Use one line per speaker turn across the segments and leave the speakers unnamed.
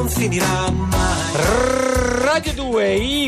non finirà mai.
Radio 2, i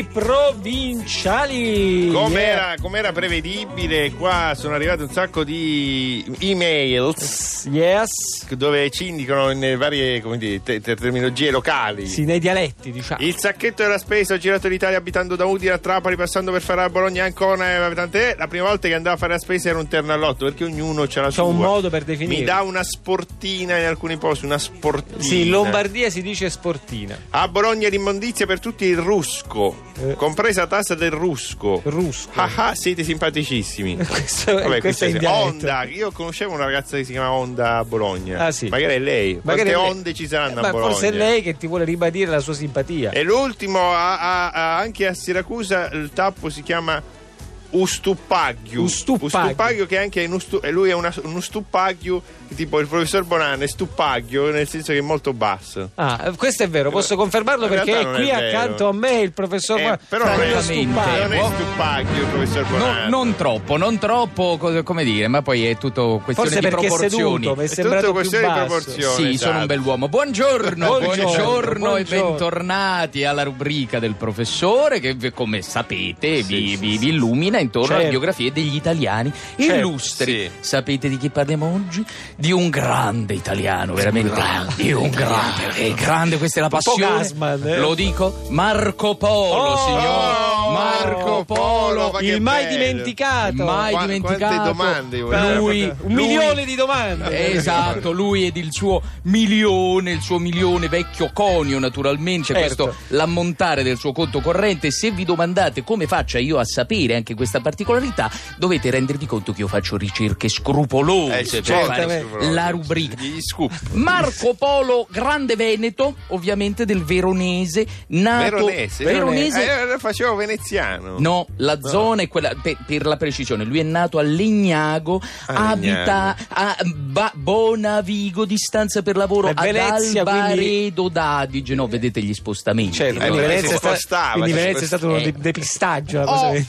provinciali.
Com'era prevedibile, qua sono arrivate un sacco di emails.
Yes.
Dove ci indicano in varie, come dire, terminologie locali.
Sì, nei dialetti, diciamo.
Il sacchetto della spesa, ho girato l'Italia abitando da Udine a Trapani, passando per Ferrara, Bologna, Ancona, tant'è. La prima volta che andavo a fare la spesa era un terno all'otto, perché ognuno c'ha la sua.
C'è un modo per definire.
Mi dà una sportina in alcuni posti, una sportina.
Sì, in Lombardia si dice sportina.
A Bologna l'immondizia per tutti il rusco, compresa tassa del rusco.
Rusco.
Ah, siete simpaticissimi.
Questo è in dialetto.
Onda, io conoscevo una ragazza che si chiama Onda a Bologna.
Ah, sì.
Magari è lei. Quante onde ci saranno a Bologna?
Forse è lei che ti vuole ribadire la sua simpatia.
E l'ultimo, anche a Siracusa il tappo si chiama Ustuppaggio, che anche lui è un Ustuppaggio, tipo il professor Bonanno è Stuppaggio, nel senso che è molto basso.
Ah, questo è vero, posso confermarlo perché è qui accanto a me il professor Bonanno.
Però non è Stuppaggio il professor Bonanno.
Non troppo, come dire, ma poi è tutto questione
forse
di proporzioni.
Seduto, mi è sembrato più
questione
basso.
di proporzioni.
Sì,
esatto.
sono un bell'uomo. Buongiorno e bentornati alla rubrica del professore che, come sapete, vi illumina intorno alle biografie degli italiani illustri.
Sì.
Sapete di chi parliamo oggi? Di un grande italiano, veramente di un grande. È grande, questa è la passione.
Gassman,
Lo dico, Marco Polo, signore. Marco Polo,
il mai dimenticato.
Quante domande
lui,
un milione di domande.
Esatto, lui ed il suo milione vecchio conio, naturalmente, questo l'ammontare del suo conto corrente. Se vi domandate come faccia io a sapere anche questa particolarità, dovete rendervi conto che io faccio ricerche scrupolose per fare la rubrica.
Gli scoop.
Marco Polo, grande veneto, ovviamente del veronese, nato
Veronese. Facevo veneziano.
No, la zona è quella, per la precisione, lui è nato a Legnago, abita a Bonavigo, distanza per lavoro ad Albaredo d'Adige. No, vedete gli spostamenti.
Certo, quindi Venezia è stato un depistaggio.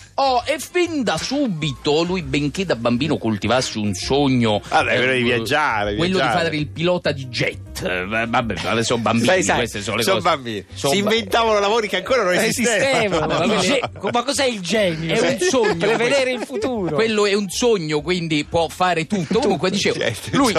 E fin da subito lui, benché da bambino coltivasse un sogno,
quello di viaggiare,
quello di fare il pilota di jet. Vabbè, adesso bambini, queste sono le cose.
Bambini. Si inventavano lavori che ancora non esistevano.
Ma cos'è il genio?
È un sogno.
Prevedere il futuro.
Quello è un sogno, quindi può fare tutto. Comunque dicevo, lui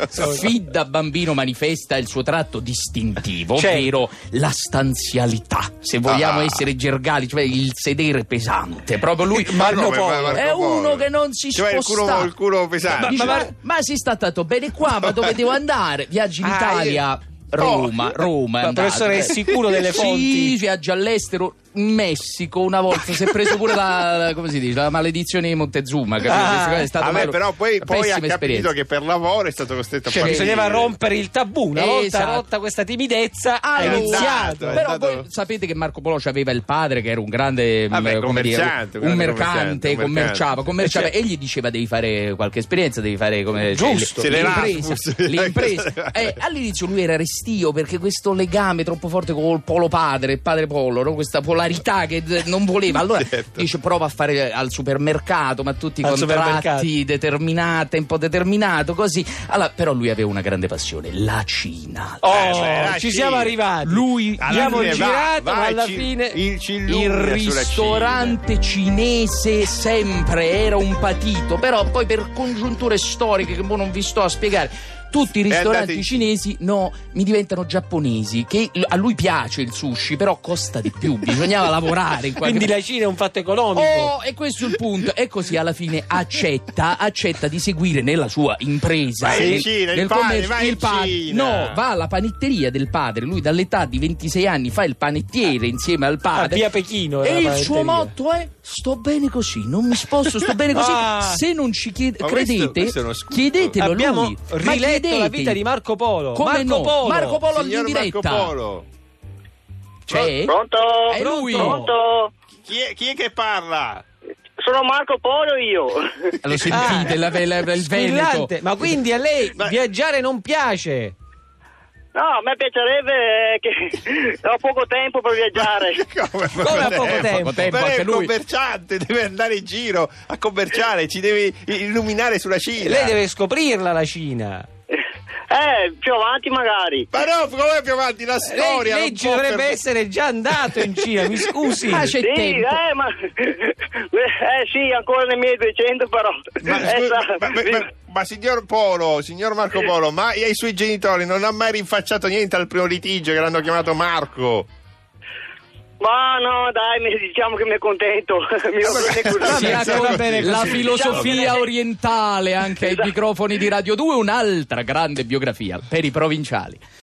fin da bambino manifesta il suo tratto distintivo, ovvero la stanzialità, se vogliamo essere gergali, cioè il sedere pesante. Proprio lui
Marco Polo
è uno che non si sposta.
Il culo pesante.
Ma si sta tanto bene qua, ma dove devo andare? Viaggi in Italia. Roma.
Ma professore, è sicuro delle fonti?
Sì, viaggia all'estero. In Messico una volta si è preso pure la come si dice, la maledizione di Montezuma, è stato
però poi ha capito che per lavoro è stato costretto a fare.
Bisognava rompere il tabù. Una volta rotta questa timidezza ha iniziato.
Però voi sapete che Marco Polo aveva il padre che era un grande
commerciante,
un mercante, commerciava e gli diceva devi fare qualche esperienza, devi fare come l'impresa. All'inizio lui era restio perché questo legame troppo forte col Polo padre, il padre Polo, no? Questa polarità che non voleva, allora dice prova a fare al supermercato, ma tutti i contratti determinati, un po' determinato così. Allora, però lui aveva una grande passione, la Cina.
Ci siamo arrivati. Lui abbiamo girato, ma alla fine
il ristorante cinese sempre era un patito, però poi per congiunture storiche che non vi sto a spiegare, tutti i ristoranti cinesi mi diventano giapponesi, che a lui piace il sushi, però costa di più, bisognava lavorare in
quindi la Cina è un fatto economico.
E questo è il punto. E così alla fine accetta di seguire nella sua impresa
il padre.
No, va alla panetteria del padre. Lui dall'età di 26 anni fa il panettiere insieme al padre
via Pechino,
e il suo motto è sto bene così, non mi sposto, sto bene così. Se non ci credete, chiedetelo a lui.
Riletto la vita di Marco Polo.
Marco Polo in diretta. C'è?
Pronto?
È lui.
Pronto?
Chi è che parla?
Sono Marco Polo io.
Lo sentite, il Veneto.
Ma quindi a lei viaggiare non piace?
No, a me piacerebbe che ho poco tempo per viaggiare.
Come
ha poco tempo?
Ma è un commerciante, deve andare in giro a commerciare, ci deve illuminare sulla Cina.
Lei deve scoprirla la Cina.
Più avanti magari.
Ma no, come più avanti? La storia.
Lei dovrebbe essere già andato in Cina, mi scusi.
Ma c'è
Sì,
tempo.
sì, ancora nel 1200 però.
Ma signor Marco Polo, ma ai suoi genitori non ha mai rinfacciato niente al primo litigio che l'hanno chiamato Marco?
Ma no, dai, diciamo che mi è contento.
La filosofia orientale anche ai microfoni di Radio 2, un'altra grande biografia per i provinciali.